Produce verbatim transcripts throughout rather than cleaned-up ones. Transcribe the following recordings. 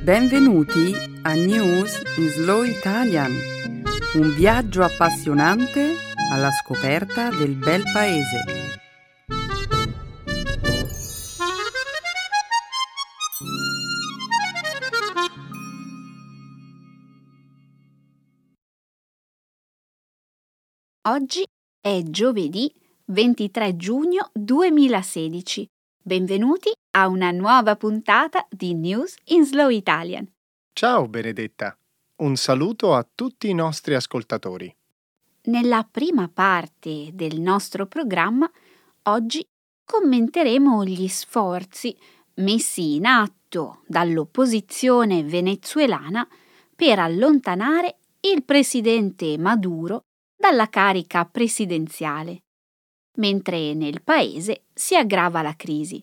Benvenuti a News in Slow Italian, un viaggio appassionante alla scoperta del bel paese. Oggi è giovedì ventitré giugno duemilasedici. Benvenuti a una nuova puntata di News in Slow Italian. Ciao Benedetta, un saluto a tutti i nostri ascoltatori. Nella prima parte del nostro programma, oggi commenteremo gli sforzi messi in atto dall'opposizione venezuelana per allontanare il presidente Maduro dalla carica presidenziale, mentre nel paese si aggrava la crisi.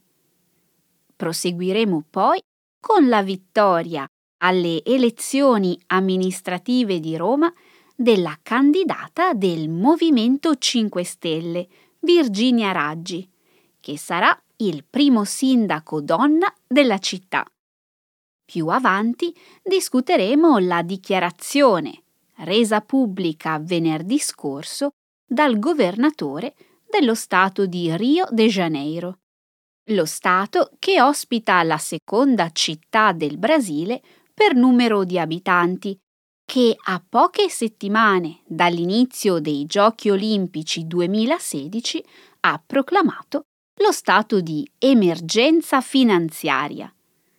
Proseguiremo poi con la vittoria alle elezioni amministrative di Roma della candidata del Movimento cinque Stelle, Virginia Raggi, che sarà il primo sindaco donna della città. Più avanti discuteremo la dichiarazione resa pubblica venerdì scorso dal governatore dello stato di Rio de Janeiro, lo stato che ospita la seconda città del Brasile per numero di abitanti, che a poche settimane dall'inizio dei Giochi Olimpici duemilasedici ha proclamato lo stato di emergenza finanziaria.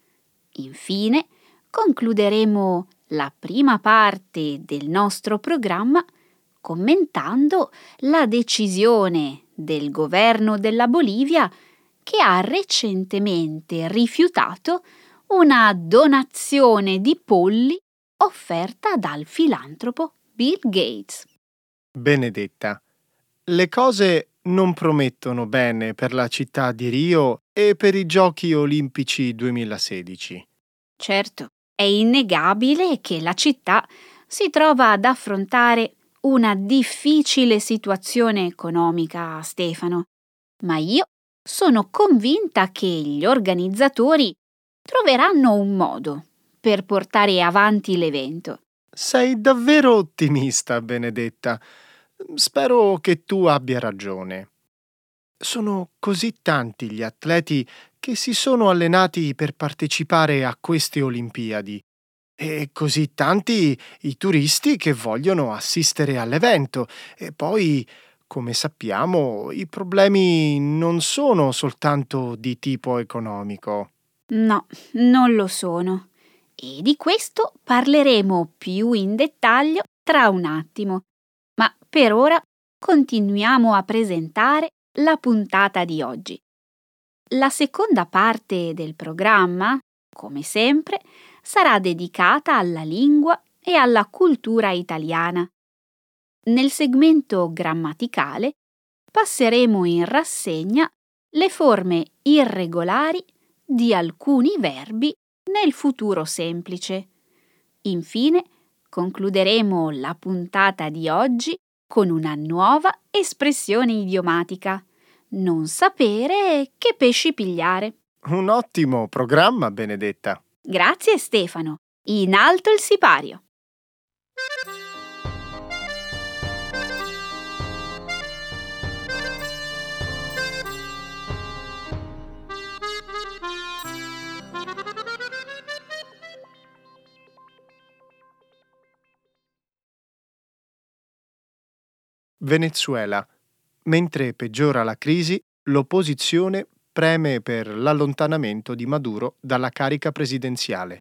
Infine, concluderemo la prima parte del nostro programma commentando la decisione del governo della Bolivia che ha recentemente rifiutato una donazione di polli offerta dal filantropo Bill Gates. Benedetta, le cose non promettono bene per la città di Rio e per i Giochi Olimpici duemilasedici. Certo, è innegabile che la città si trova ad affrontare una difficile situazione economica, Stefano, ma io sono convinta che gli organizzatori troveranno un modo per portare avanti l'evento. Sei davvero ottimista, Benedetta. Spero che tu abbia ragione. Sono così tanti gli atleti che si sono allenati per partecipare a queste Olimpiadi e così tanti i turisti che vogliono assistere all'evento. E poi, come sappiamo, i problemi non sono soltanto di tipo economico. No, non lo sono. E di questo parleremo più in dettaglio tra un attimo. Ma per ora continuiamo a presentare la puntata di oggi. La seconda parte del programma, come sempre, sarà dedicata alla lingua e alla cultura italiana. Nel segmento grammaticale passeremo in rassegna le forme irregolari di alcuni verbi nel futuro semplice. Infine, concluderemo la puntata di oggi con una nuova espressione idiomatica: non sapere che pesci pigliare. Un ottimo programma, Benedetta. Grazie Stefano. In alto il sipario. Venezuela. Mentre peggiora la crisi, l'opposizione preme per l'allontanamento di Maduro dalla carica presidenziale.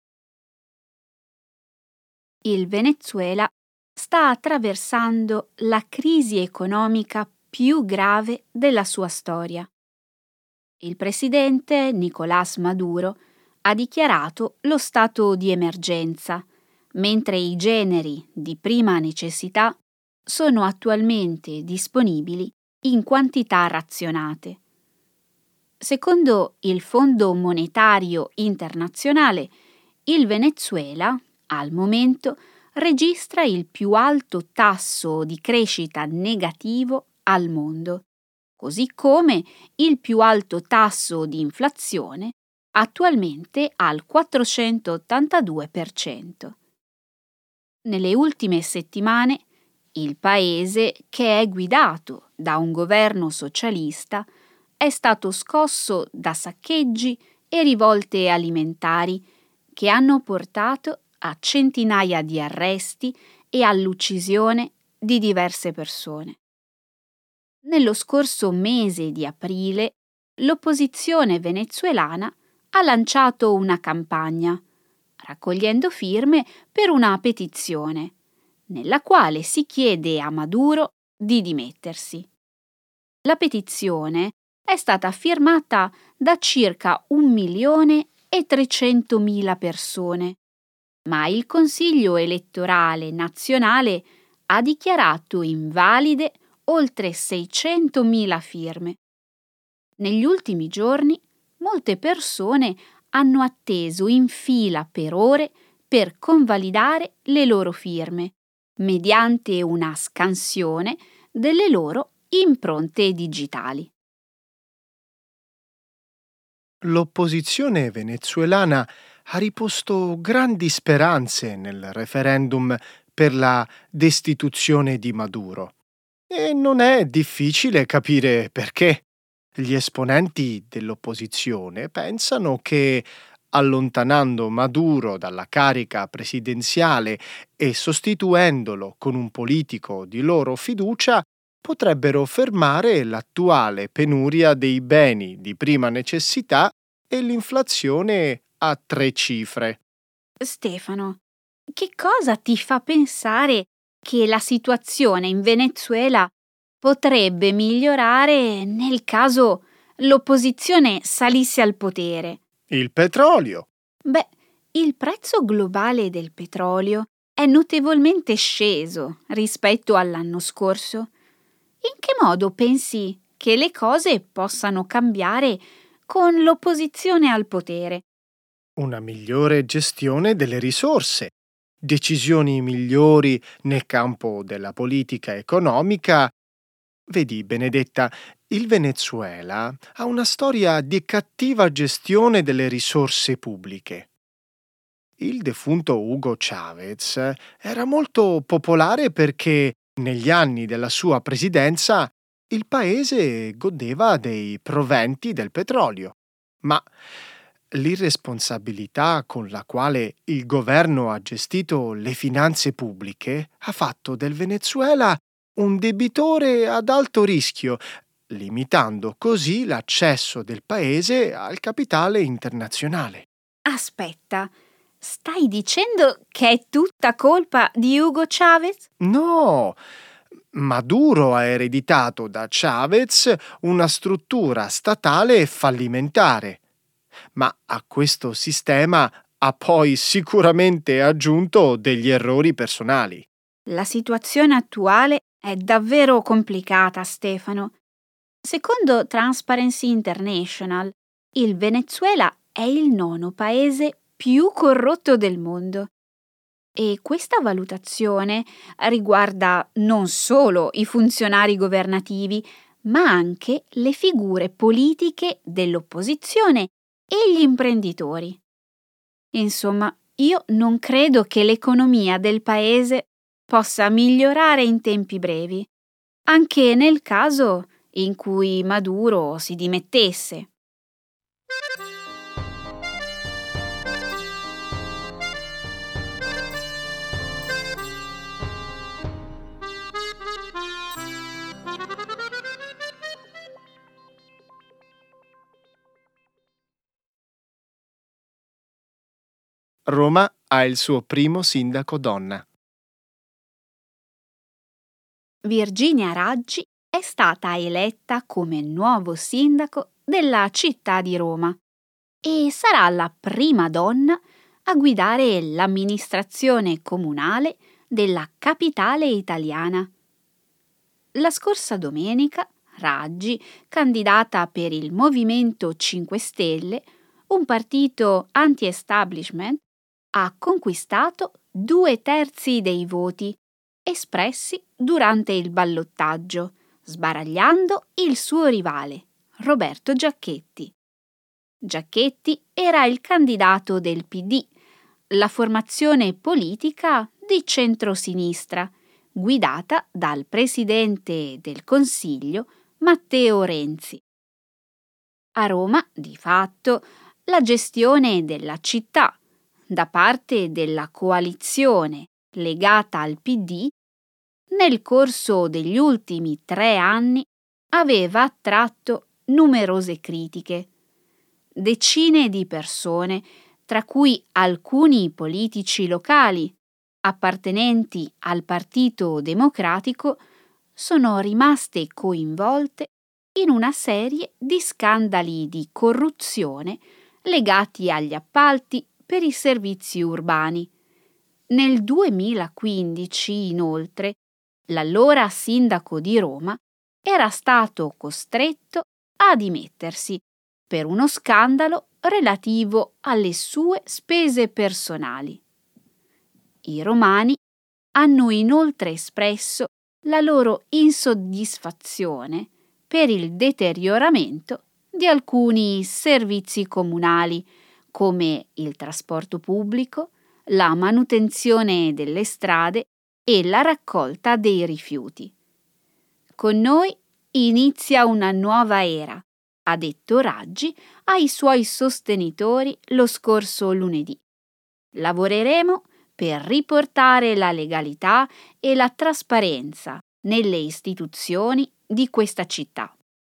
Il Venezuela sta attraversando la crisi economica più grave della sua storia. Il presidente Nicolás Maduro ha dichiarato lo stato di emergenza, mentre i generi di prima necessità sono attualmente disponibili in quantità razionate. Secondo il Fondo Monetario Internazionale, il Venezuela, al momento, registra il più alto tasso di crescita negativo al mondo, così come il più alto tasso di inflazione attualmente al quattrocentottantadue per cento. Nelle ultime settimane il paese, che è guidato da un governo socialista, è stato scosso da saccheggi e rivolte alimentari che hanno portato a centinaia di arresti e all'uccisione di diverse persone. Nello scorso mese di aprile, l'opposizione venezuelana ha lanciato una campagna, raccogliendo firme per una petizione, nella quale si chiede a Maduro di dimettersi. La petizione è stata firmata da circa un milione e trecentomila persone, ma il Consiglio elettorale nazionale ha dichiarato invalide oltre seicentomila firme. Negli ultimi giorni molte persone hanno atteso in fila per ore per convalidare le loro firme, mediante una scansione delle loro impronte digitali. L'opposizione venezuelana ha riposto grandi speranze nel referendum per la destituzione di Maduro. E non è difficile capire perché. Gli esponenti dell'opposizione pensano che, allontanando Maduro dalla carica presidenziale e sostituendolo con un politico di loro fiducia, potrebbero fermare l'attuale penuria dei beni di prima necessità e l'inflazione a tre cifre. Stefano, che cosa ti fa pensare che la situazione in Venezuela potrebbe migliorare nel caso l'opposizione salisse al potere? Il petrolio. Beh, il prezzo globale del petrolio è notevolmente sceso rispetto all'anno scorso. In che modo pensi che le cose possano cambiare con l'opposizione al potere? Una migliore gestione delle risorse, decisioni migliori nel campo della politica economica. Vedi, Benedetta, il Venezuela ha una storia di cattiva gestione delle risorse pubbliche. Il defunto Hugo Chavez era molto popolare perché negli anni della sua presidenza il paese godeva dei proventi del petrolio, ma l'irresponsabilità con la quale il governo ha gestito le finanze pubbliche ha fatto del Venezuela un debitore ad alto rischio, limitando così l'accesso del paese al capitale internazionale. Aspetta, stai dicendo che è tutta colpa di Hugo Chavez? No! Maduro ha ereditato da Chavez una struttura statale fallimentare, ma a questo sistema ha poi sicuramente aggiunto degli errori personali. La situazione attuale è davvero complicata, Stefano. Secondo Transparency International, il Venezuela è il nono paese più corrotto del mondo. E questa valutazione riguarda non solo i funzionari governativi, ma anche le figure politiche dell'opposizione e gli imprenditori. Insomma, io non credo che l'economia del paese possa migliorare in tempi brevi, anche nel caso in cui Maduro si dimettesse. Roma ha il suo primo sindaco donna. Virginia Raggi è stata eletta come nuovo sindaco della città di Roma e sarà la prima donna a guidare l'amministrazione comunale della capitale italiana. La scorsa domenica, Raggi, candidata per il Movimento cinque Stelle, un partito anti-establishment, ha conquistato due terzi dei voti espressi durante il ballottaggio, sbaragliando il suo rivale, Roberto Giacchetti. Giacchetti era il candidato del P D, la formazione politica di centrosinistra, guidata dal presidente del Consiglio Matteo Renzi. A Roma, di fatto, la gestione della città da parte della coalizione legata al P D nel corso degli ultimi tre anni aveva attratto numerose critiche. Decine di persone, tra cui alcuni politici locali appartenenti al Partito Democratico, sono rimaste coinvolte in una serie di scandali di corruzione legati agli appalti per i servizi urbani. Nel duemilaquindici, inoltre, l'allora sindaco di Roma era stato costretto a dimettersi per uno scandalo relativo alle sue spese personali. I romani hanno inoltre espresso la loro insoddisfazione per il deterioramento di alcuni servizi comunali, come il trasporto pubblico, la manutenzione delle strade e la raccolta dei rifiuti. Con noi inizia una nuova era, ha detto Raggi ai suoi sostenitori lo scorso lunedì. Lavoreremo per riportare la legalità e la trasparenza nelle istituzioni di questa città.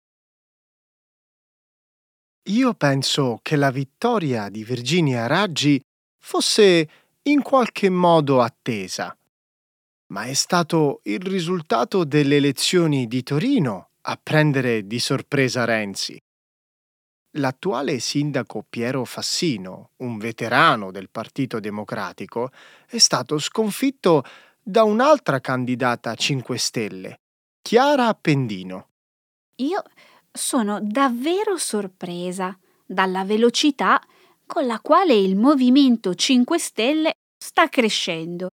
Io penso che la vittoria di Virginia Raggi fosse in qualche modo attesa, ma è stato il risultato delle elezioni di Torino a prendere di sorpresa Renzi. L'attuale sindaco Piero Fassino, un veterano del Partito Democratico, è stato sconfitto da un'altra candidata cinque Stelle, Chiara Appendino. Io sono davvero sorpresa dalla velocità con la quale il Movimento cinque Stelle sta crescendo.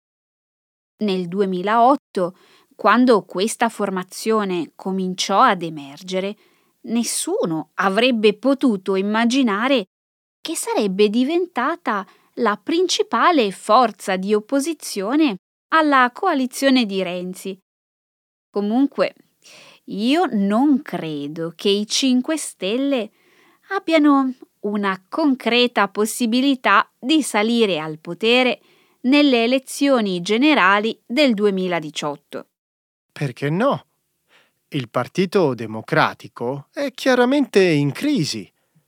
Nel duemilaotto, quando questa formazione cominciò ad emergere, nessuno avrebbe potuto immaginare che sarebbe diventata la principale forza di opposizione alla coalizione di Renzi. Comunque, io non credo che i cinque Stelle abbiano una concreta possibilità di salire al potere nelle elezioni generali del duemiladiciotto. Perché no? Il Partito Democratico è chiaramente in crisi.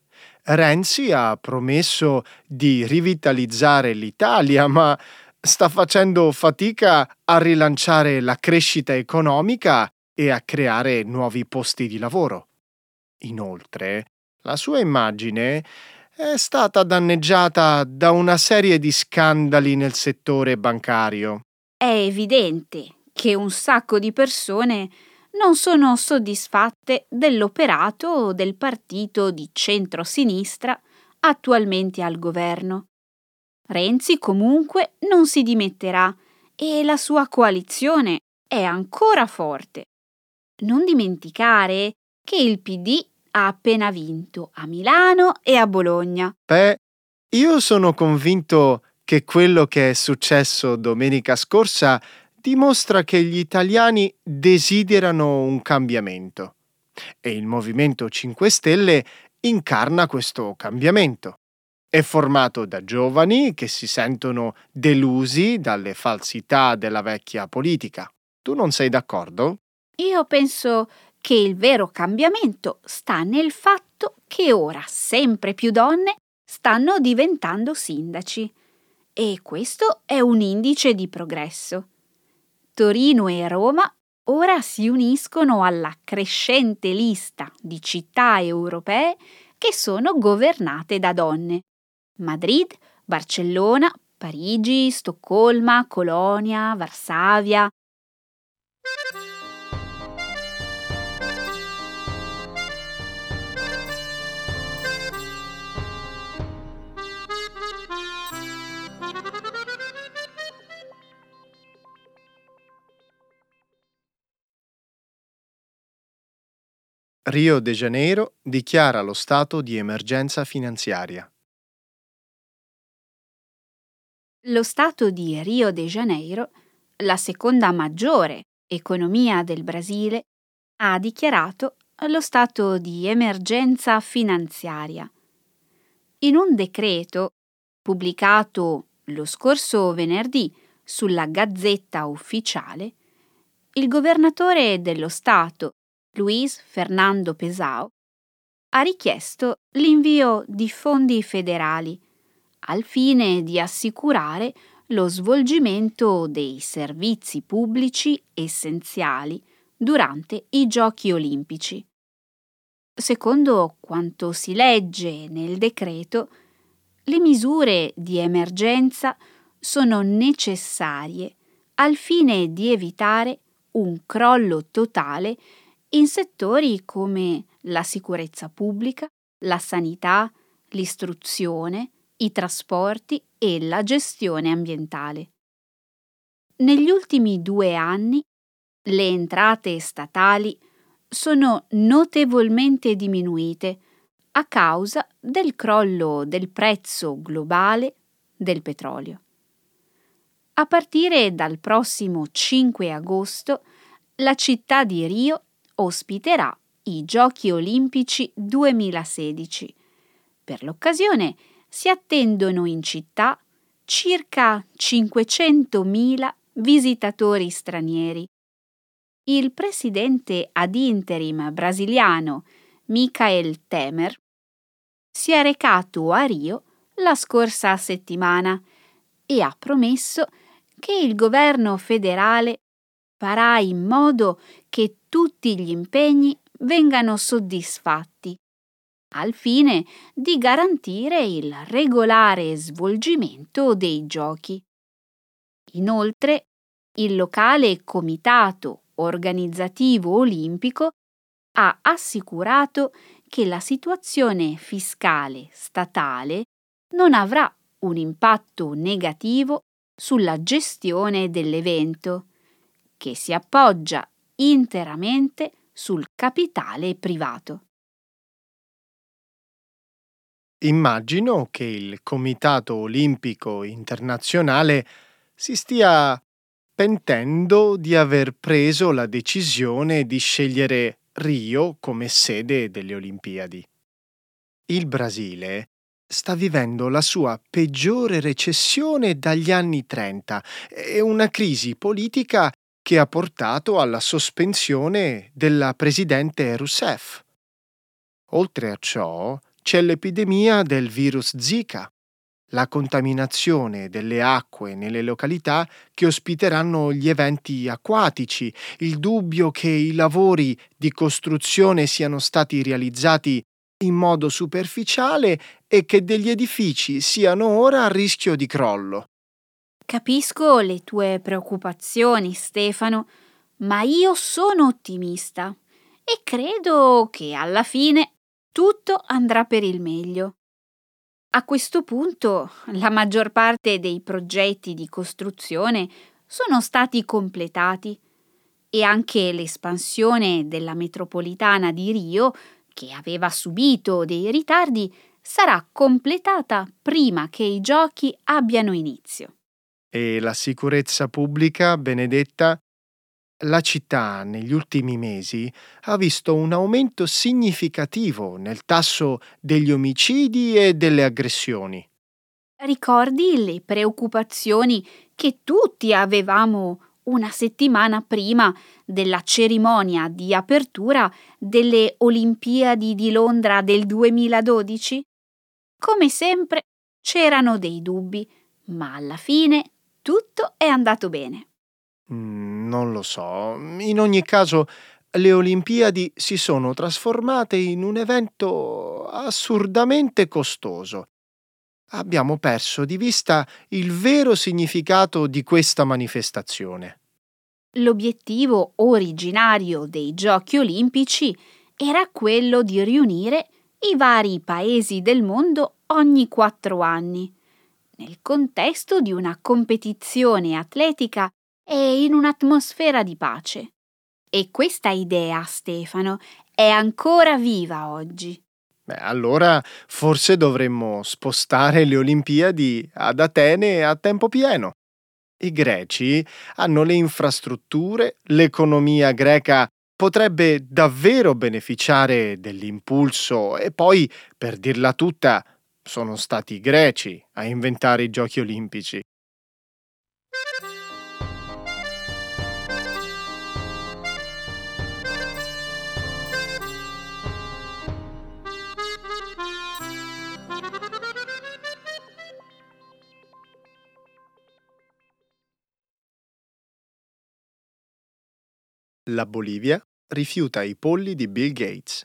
Renzi ha promesso di rivitalizzare l'Italia, ma sta facendo fatica a rilanciare la crescita economica e a creare nuovi posti di lavoro. Inoltre, la sua immagine è stata danneggiata da una serie di scandali nel settore bancario. È evidente che un sacco di persone non sono soddisfatte dell'operato del partito di centrosinistra attualmente al governo. Renzi comunque non si dimetterà e la sua coalizione è ancora forte. Non dimenticare che il P D ha appena vinto a Milano e a Bologna. Beh, io sono convinto che quello che è successo domenica scorsa dimostra che gli italiani desiderano un cambiamento e il Movimento cinque Stelle incarna questo cambiamento. È formato da giovani che si sentono delusi dalle falsità della vecchia politica. Tu non sei d'accordo? Io penso che il vero cambiamento sta nel fatto che ora sempre più donne stanno diventando sindaci e questo è un indice di progresso. Torino e Roma ora si uniscono alla crescente lista di città europee che sono governate da donne. Madrid, Barcellona, Parigi, Stoccolma, Colonia, Varsavia. Rio de Janeiro dichiara lo stato di emergenza finanziaria. Lo stato di Rio de Janeiro, la seconda maggiore economia del Brasile, ha dichiarato lo stato di emergenza finanziaria. In un decreto pubblicato lo scorso venerdì sulla Gazzetta Ufficiale, il governatore dello Stato, Luiz Fernando Pezão, ha richiesto l'invio di fondi federali al fine di assicurare lo svolgimento dei servizi pubblici essenziali durante i Giochi olimpici. Secondo quanto si legge nel decreto, le misure di emergenza sono necessarie al fine di evitare un crollo totale in settori come la sicurezza pubblica, la sanità, l'istruzione, i trasporti e la gestione ambientale. Negli ultimi due anni le entrate statali sono notevolmente diminuite a causa del crollo del prezzo globale del petrolio. A partire dal prossimo cinque agosto, la città di Rio ospiterà i Giochi olimpici duemilasedici. Per l'occasione si attendono in città circa cinquecentomila visitatori stranieri. Il presidente ad interim brasiliano Michel Temer si è recato a Rio la scorsa settimana e ha promesso che il governo federale farà in modo che tutti gli impegni vengano soddisfatti, al fine di garantire il regolare svolgimento dei giochi. Inoltre, il locale comitato organizzativo olimpico ha assicurato che la situazione fiscale statale non avrà un impatto negativo sulla gestione dell'evento, che si appoggia interamente sul capitale privato. Immagino che il Comitato Olimpico Internazionale si stia pentendo di aver preso la decisione di scegliere Rio come sede delle Olimpiadi. Il Brasile sta vivendo la sua peggiore recessione dagli anni trenta e una crisi politica che ha portato alla sospensione della presidente Rousseff. Oltre a ciò, c'è l'epidemia del virus Zika, la contaminazione delle acque nelle località che ospiteranno gli eventi acquatici, il dubbio che i lavori di costruzione siano stati realizzati in modo superficiale e che degli edifici siano ora a rischio di crollo. Capisco le tue preoccupazioni, Stefano, ma io sono ottimista e credo che alla fine tutto andrà per il meglio. A questo punto, la maggior parte dei progetti di costruzione sono stati completati e anche l'espansione della metropolitana di Rio, che aveva subito dei ritardi, sarà completata prima che i giochi abbiano inizio. E la sicurezza pubblica, Benedetta? La città negli ultimi mesi ha visto un aumento significativo nel tasso degli omicidi e delle aggressioni. Ricordi le preoccupazioni che tutti avevamo una settimana prima della cerimonia di apertura delle Olimpiadi di Londra del duemiladodici? Come sempre c'erano dei dubbi, ma alla fine tutto è andato bene. Mm, non lo so. In ogni caso, le Olimpiadi si sono trasformate in un evento assurdamente costoso. Abbiamo perso di vista il vero significato di questa manifestazione. L'obiettivo originario dei Giochi olimpici era quello di riunire i vari paesi del mondo ogni quattro anni, nel contesto di una competizione atletica e in un'atmosfera di pace. E questa idea, Stefano, è ancora viva oggi. Beh, allora forse dovremmo spostare le Olimpiadi ad Atene a tempo pieno. I greci hanno le infrastrutture, l'economia greca potrebbe davvero beneficiare dell'impulso e poi, per dirla tutta, sono stati i greci a inventare i giochi olimpici. La Bolivia rifiuta i polli di Bill Gates.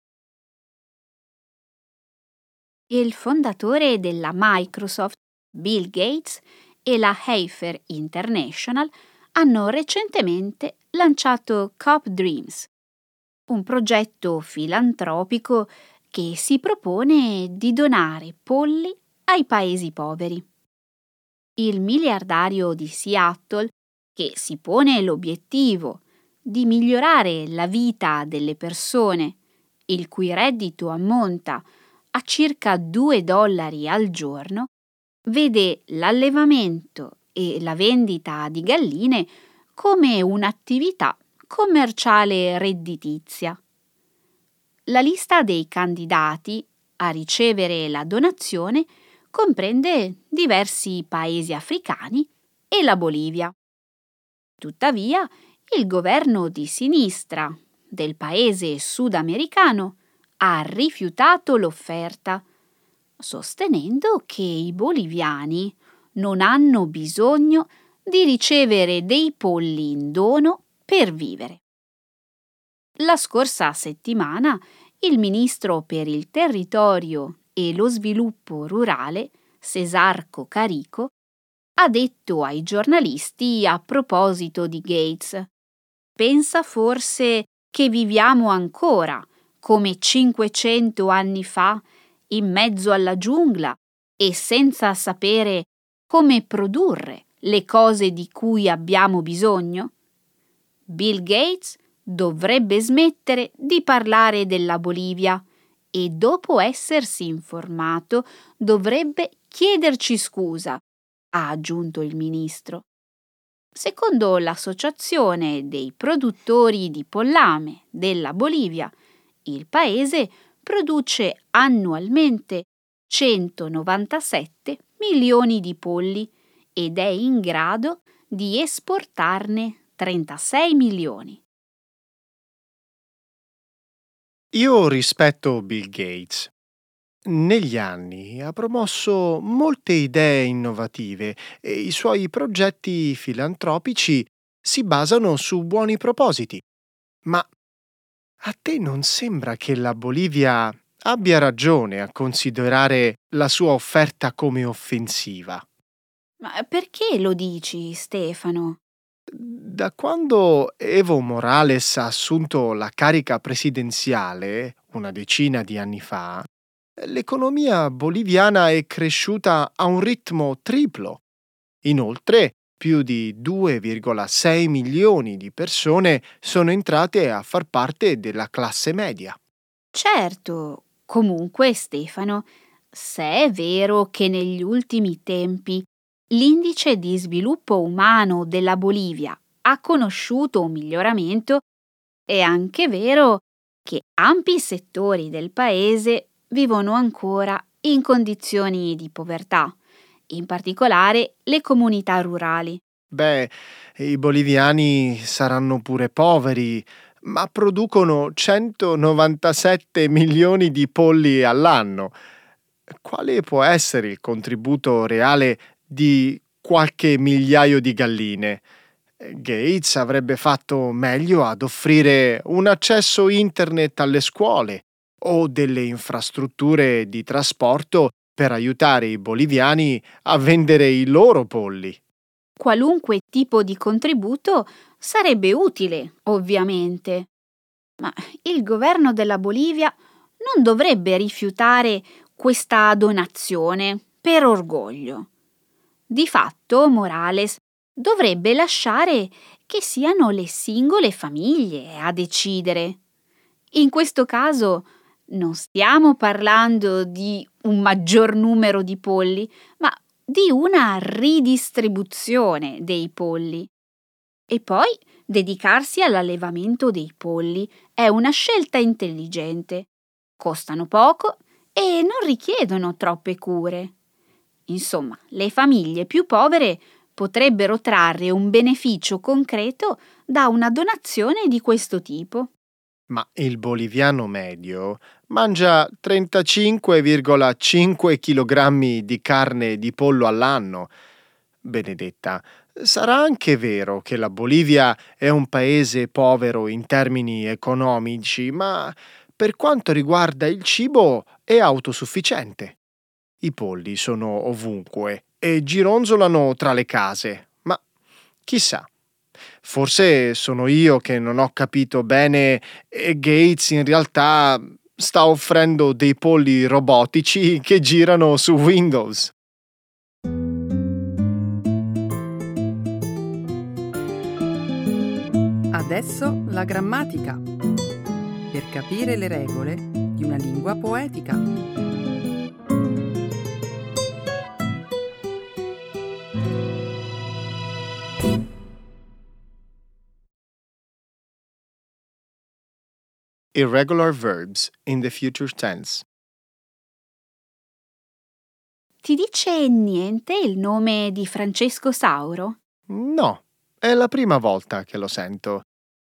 Il fondatore della Microsoft, Bill Gates, e la Heifer International hanno recentemente lanciato Coop Dreams, un progetto filantropico che si propone di donare polli ai paesi poveri. Il miliardario di Seattle, che si pone l'obiettivo di migliorare la vita delle persone, il cui reddito ammonta a circa due dollari al giorno, vede l'allevamento e la vendita di galline come un'attività commerciale redditizia. La lista dei candidati a ricevere la donazione comprende diversi paesi africani e la Bolivia. Tuttavia, il governo di sinistra del paese sudamericano ha rifiutato l'offerta, sostenendo che i boliviani non hanno bisogno di ricevere dei polli in dono per vivere. La scorsa settimana il ministro per il territorio e lo sviluppo rurale, Cesarco Carico, ha detto ai giornalisti a proposito di Gates: pensa forse che viviamo ancora come cinquecento anni fa in mezzo alla giungla e senza sapere come produrre le cose di cui abbiamo bisogno? Bill Gates dovrebbe smettere di parlare della Bolivia e, dopo essersi informato, dovrebbe chiederci scusa, ha aggiunto il ministro. Secondo l'Associazione dei produttori di pollame della Bolivia, il paese produce annualmente centonovantasette milioni di polli ed è in grado di esportarne trentasei milioni. Io rispetto Bill Gates. Negli anni ha promosso molte idee innovative e i suoi progetti filantropici si basano su buoni propositi. Ma a te non sembra che la Bolivia abbia ragione a considerare la sua offerta come offensiva? Ma perché lo dici, Stefano? Da quando Evo Morales ha assunto la carica presidenziale, una decina di anni fa, l'economia boliviana è cresciuta a un ritmo triplo. Inoltre, più di due virgola sei milioni di persone sono entrate a far parte della classe media. Certo, comunque, Stefano, se è vero che negli ultimi tempi l'indice di sviluppo umano della Bolivia ha conosciuto un miglioramento, è anche vero che ampi settori del paese vivono ancora in condizioni di povertà, in particolare le comunità rurali. Beh, i boliviani saranno pure poveri, ma producono centonovantasette milioni di polli all'anno. Quale può essere il contributo reale di qualche migliaio di galline? Gates avrebbe fatto meglio ad offrire un accesso internet alle scuole o delle infrastrutture di trasporto per aiutare i boliviani a vendere i loro polli. Qualunque tipo di contributo sarebbe utile, ovviamente. Ma il governo della Bolivia non dovrebbe rifiutare questa donazione per orgoglio. Di fatto, Morales dovrebbe lasciare che siano le singole famiglie a decidere. In questo caso non stiamo parlando di un maggior numero di polli, ma di una ridistribuzione dei polli. E poi dedicarsi all'allevamento dei polli è una scelta intelligente. Costano poco e non richiedono troppe cure. Insomma, le famiglie più povere potrebbero trarre un beneficio concreto da una donazione di questo tipo. Ma il boliviano medio mangia trentacinque virgola cinque chilogrammi di carne di pollo all'anno. Benedetta, sarà anche vero che la Bolivia è un paese povero in termini economici, ma per quanto riguarda il cibo è autosufficiente. I polli sono ovunque e gironzolano tra le case, ma chissà. Forse sono io che non ho capito bene e Gates in realtà sta offrendo dei polli robotici che girano su Windows. Adesso la grammatica, per capire le regole di una lingua poetica. Irregular verbs in the future tense. Ti dice niente il nome di Francesco Sauro? No, è la prima volta che lo sento.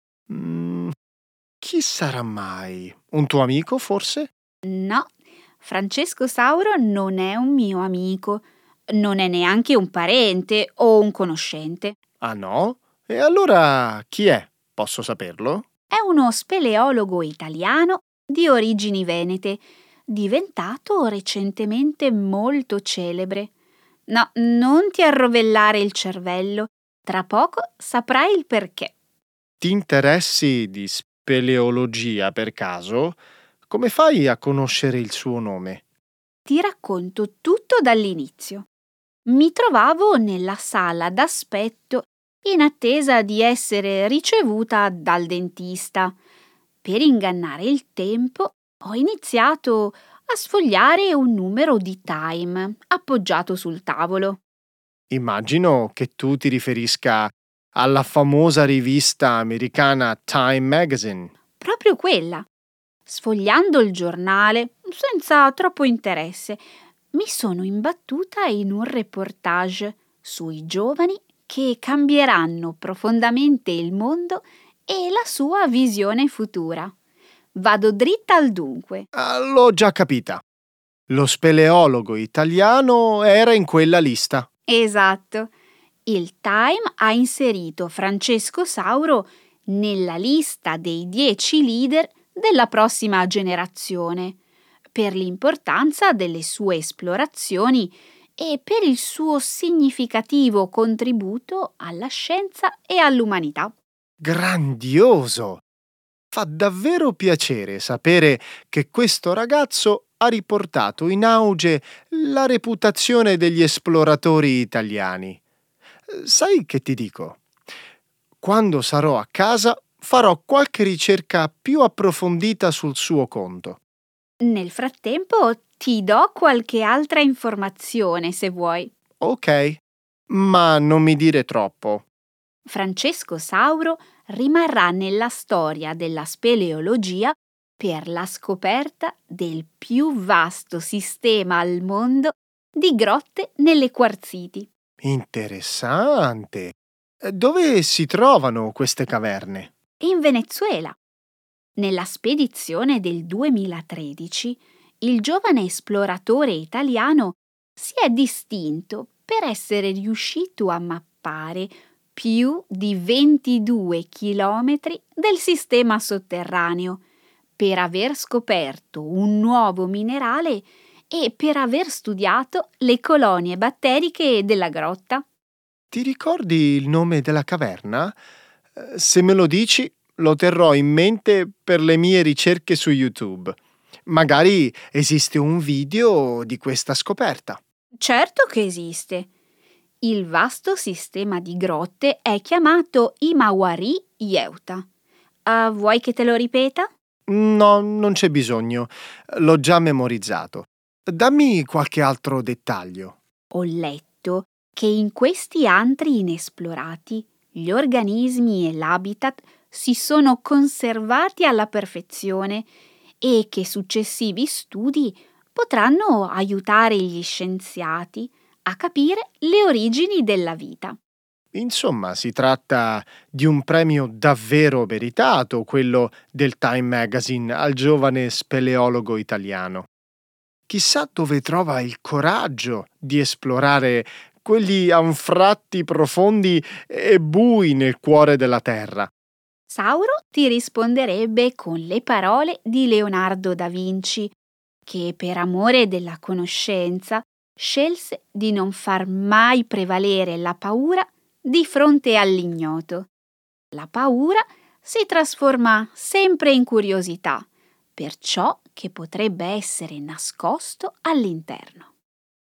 Mm, chi sarà mai? Un tuo amico, forse? No, Francesco Sauro non è un mio amico, non è neanche un parente o un conoscente. Ah no? E allora chi è? Posso saperlo? È uno speleologo italiano di origini venete, diventato recentemente molto celebre. No, non ti arrovellare il cervello, tra poco saprai il perché. Ti interessi di speleologia per caso? Come fai a conoscere il suo nome? Ti racconto tutto dall'inizio. Mi trovavo nella sala d'aspetto in attesa di essere ricevuta dal dentista. Per ingannare il tempo ho iniziato a sfogliare un numero di Time appoggiato sul tavolo. Immagino che tu ti riferisca alla famosa rivista americana Time Magazine. Proprio quella. Sfogliando il giornale, senza troppo interesse, mi sono imbattuta in un reportage sui giovani che cambieranno profondamente il mondo e la sua visione futura. Vado dritta al dunque. Ah, l'ho già capita. Lo speleologo italiano era in quella lista. Esatto. Il Time ha inserito Francesco Sauro nella lista dei dieci leader della prossima generazione, per l'importanza delle sue esplorazioni e per il suo significativo contributo alla scienza e all'umanità. Grandioso! Fa davvero piacere sapere che questo ragazzo ha riportato in auge la reputazione degli esploratori italiani. Sai che ti dico? Quando sarò a casa farò qualche ricerca più approfondita sul suo conto. Nel frattempo ti do qualche altra informazione se vuoi. Ok, ma non mi dire troppo. Francesco Sauro rimarrà nella storia della speleologia per la scoperta del più vasto sistema al mondo di grotte nelle quarziti. Interessante. Dove si trovano queste caverne? In Venezuela. Nella spedizione del duemilatredici, il giovane esploratore italiano si è distinto per essere riuscito a mappare più di ventidue chilometri del sistema sotterraneo, per aver scoperto un nuovo minerale e per aver studiato le colonie batteriche della grotta. Ti ricordi il nome della caverna? Se me lo dici, lo terrò in mente per le mie ricerche su YouTube. Magari esiste un video di questa scoperta. Certo che esiste. Il vasto sistema di grotte è chiamato Imawari Yeuta. Uh, vuoi che te lo ripeta? No, non c'è bisogno. L'ho già memorizzato. Dammi qualche altro dettaglio. Ho letto che in questi antri inesplorati gli organismi e l'habitat si sono conservati alla perfezione e che successivi studi potranno aiutare gli scienziati a capire le origini della vita. Insomma, si tratta di un premio davvero meritato, quello del Time Magazine al giovane speleologo italiano. Chissà dove trova il coraggio di esplorare quegli anfratti profondi e bui nel cuore della Terra. Sauro ti risponderebbe con le parole di Leonardo da Vinci, che per amore della conoscenza scelse di non far mai prevalere la paura di fronte all'ignoto. La paura si trasforma sempre in curiosità per ciò che potrebbe essere nascosto all'interno.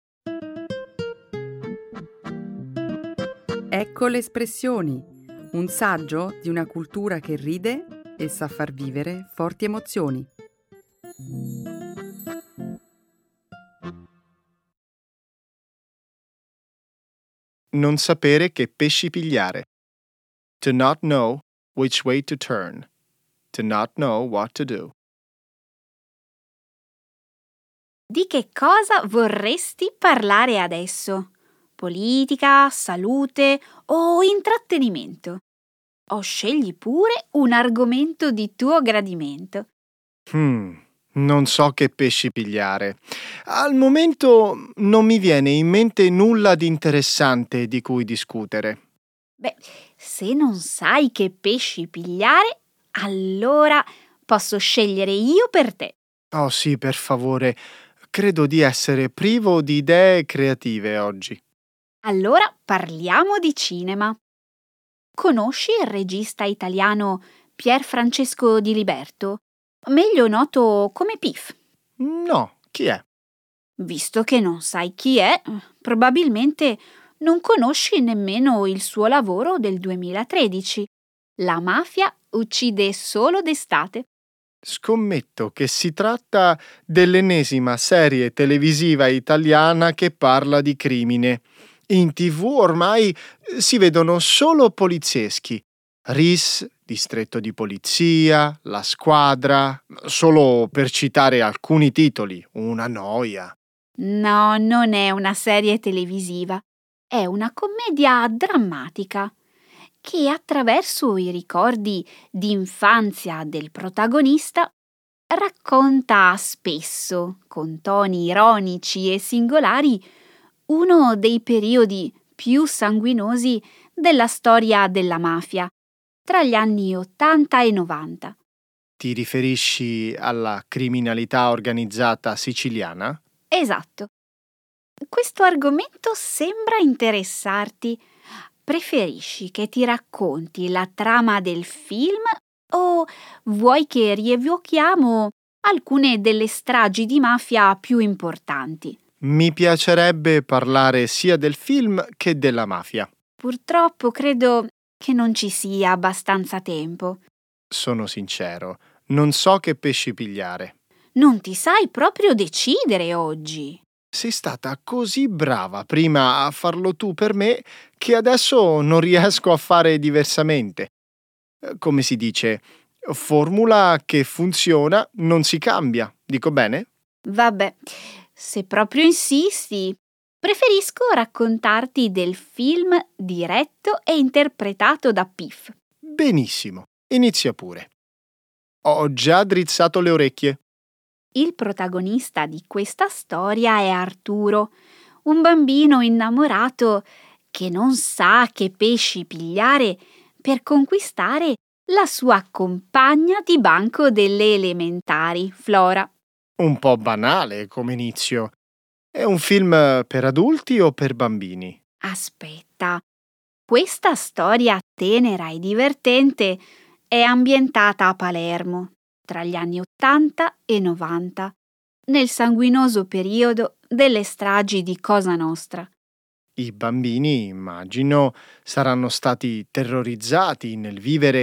Ecco le espressioni, un saggio di una cultura che ride e sa far vivere forti emozioni. Non sapere che pesci pigliare. To not know which way to turn. To not know what to do. Di che cosa vorresti parlare adesso? Politica, salute o intrattenimento? O scegli pure un argomento di tuo gradimento. Hmm, non so che pesci pigliare. Al momento non mi viene in mente nulla di interessante di cui discutere. Beh, se non sai che pesci pigliare, allora posso scegliere io per te. Oh sì, per favore. Credo di essere privo di idee creative oggi. Allora parliamo di cinema. Conosci il regista italiano Pier Francesco Di Liberto, meglio noto come Piff? No, chi è? Visto che non sai chi è, probabilmente non conosci nemmeno il suo lavoro del duemilatredici. La mafia uccide solo d'estate. Scommetto che si tratta dell'ennesima serie televisiva italiana che parla di crimine. In tivù ormai si vedono solo polizieschi. R I S, Distretto di Polizia, La Squadra, solo per citare alcuni titoli. Una noia. No, non è una serie televisiva, è una commedia drammatica che attraverso i ricordi di infanzia del protagonista racconta spesso, con toni ironici e singolari, uno dei periodi più sanguinosi della storia della mafia, tra gli anni ottanta e novanta. Ti riferisci alla criminalità organizzata siciliana? Esatto. Questo argomento sembra interessarti. Preferisci che ti racconti la trama del film o vuoi che rievochiamo alcune delle stragi di mafia più importanti? Mi piacerebbe parlare sia del film che della mafia. Purtroppo credo che non ci sia abbastanza tempo. Sono sincero, non so che pesci pigliare. Non ti sai proprio decidere oggi. Sei stata così brava prima a farlo tu per me che adesso non riesco a fare diversamente. Come si dice, formula che funziona non si cambia, dico bene? Vabbè, se proprio insisti, preferisco raccontarti del film diretto e interpretato da Piff. Benissimo, inizia pure. Ho già drizzato le orecchie. Il protagonista di questa storia è Arturo, un bambino innamorato che non sa che pesci pigliare per conquistare la sua compagna di banco delle elementari, Flora. Un po' banale come inizio. È un film per adulti o per bambini? Aspetta, questa storia tenera e divertente è ambientata a Palermo tra gli anni ottanta e novanta, nel sanguinoso periodo delle stragi di Cosa Nostra. I bambini, immagino, saranno stati terrorizzati nel vivere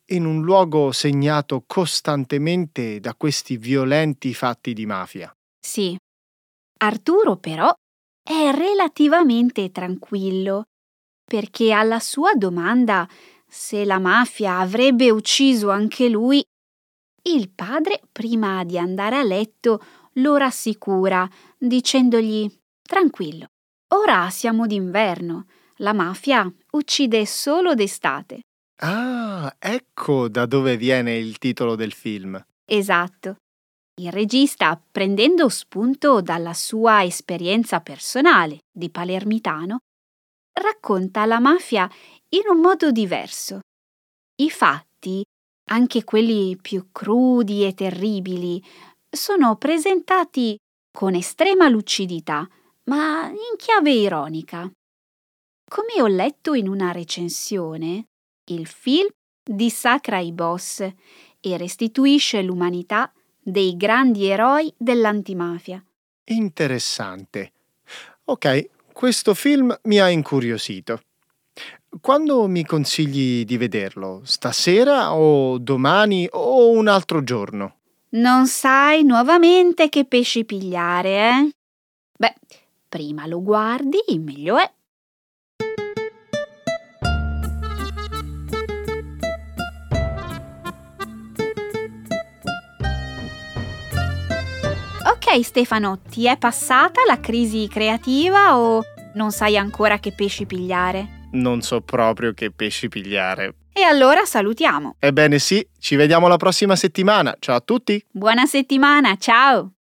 in un luogo segnato costantemente da questi violenti fatti di mafia. Sì. Arturo però è relativamente tranquillo, perché alla sua domanda se la mafia avrebbe ucciso anche lui, il padre, prima di andare a letto, lo rassicura, dicendogli: tranquillo, ora siamo d'inverno, la mafia uccide solo d'estate. Ah, ecco da dove viene il titolo del film. Esatto. Il regista, prendendo spunto dalla sua esperienza personale di palermitano, racconta la mafia in un modo diverso. I fatti, anche quelli più crudi e terribili, sono presentati con estrema lucidità, ma in chiave ironica. Come ho letto in una recensione, il film dissacra i boss e restituisce l'umanità dei grandi eroi dell'antimafia. Interessante. Ok, questo film mi ha incuriosito. Quando mi consigli di vederlo? Stasera o domani o un altro giorno? Non sai nuovamente che pesci pigliare, eh? Beh, prima lo guardi, meglio è. Ok, Stefano, ti è passata la crisi creativa o non sai ancora che pesci pigliare? Non so proprio che pesci pigliare. E allora salutiamo. Ebbene sì, ci vediamo la prossima settimana. Ciao a tutti! Buona settimana, ciao!